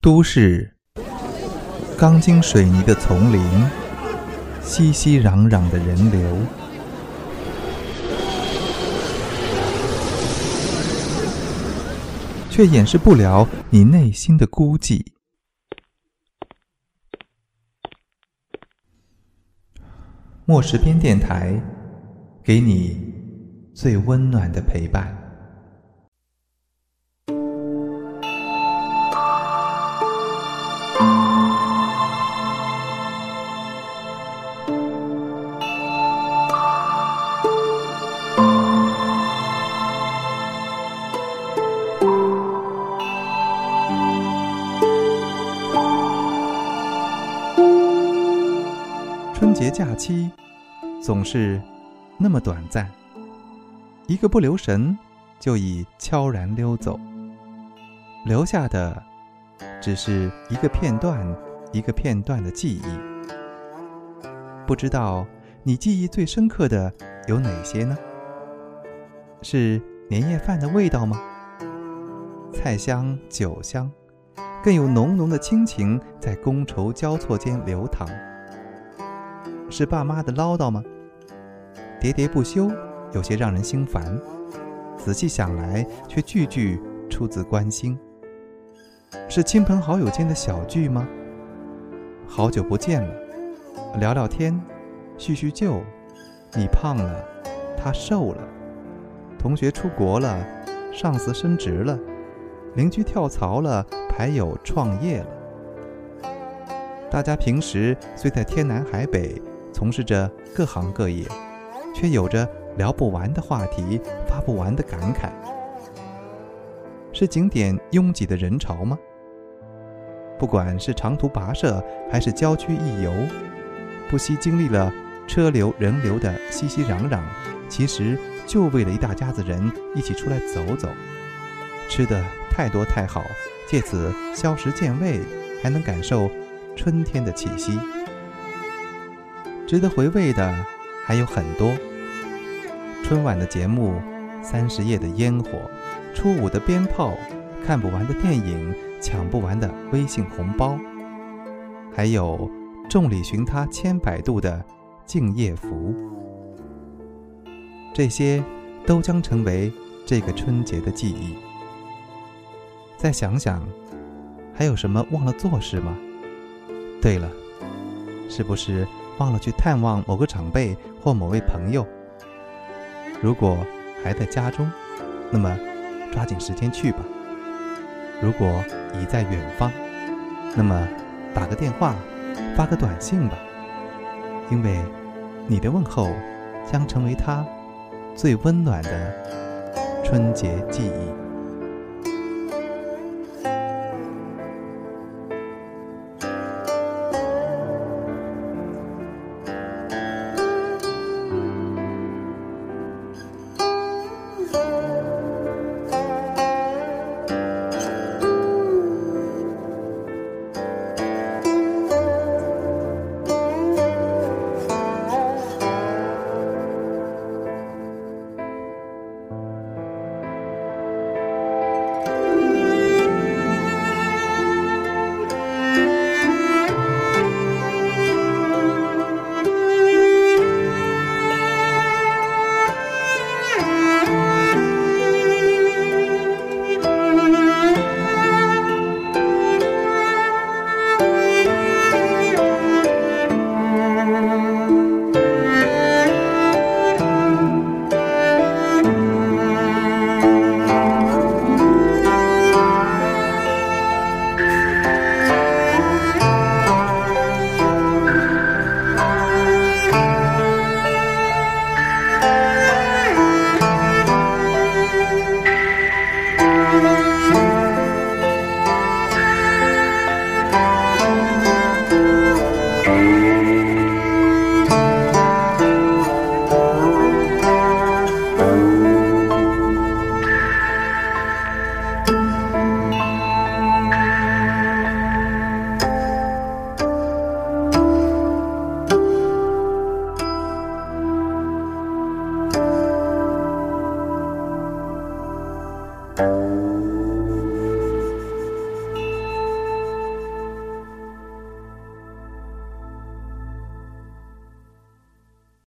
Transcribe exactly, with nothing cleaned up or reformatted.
都市钢筋水泥的丛林，熙熙攘攘的人流，却掩饰不了你内心的孤寂。莫时边电台，给你最温暖的陪伴。春节假期总是那么短暂，一个不留神就已悄然溜走，留下的只是一个片段一个片段的记忆。不知道你记忆最深刻的有哪些呢？是年夜饭的味道吗？菜香酒香，更有浓浓的亲情在觥筹交错间流淌。是爸妈的唠叨吗？喋喋不休，有些让人心烦，仔细想来却句句出自关心。是亲朋好友间的小聚吗？好久不见了，聊聊天，叙叙旧，你胖了，他瘦了，同学出国了，上司升职了，邻居跳槽了，牌友创业了。大家平时虽在天南海北从事着各行各业，却有着聊不完的话题，发不完的感慨。是景点拥挤的人潮吗？不管是长途跋涉还是郊区一游，不惜经历了车流人流的熙熙攘攘，其实就为了一大家子人一起出来走走，吃的太多太好，借此消食健胃，还能感受春天的气息。值得回味的还有很多，春晚的节目，三十夜的烟火，初五的鞭炮，看不完的电影，抢不完的微信红包，还有众里寻他千百度的敬业福。这些都将成为这个春节的记忆。再想想，还有什么忘了做事吗？对了，是不是忘了去探望某个长辈或某位朋友？如果还在家中，那么抓紧时间去吧。如果已在远方，那么打个电话，发个短信吧，因为你的问候将成为他最温暖的春节记忆。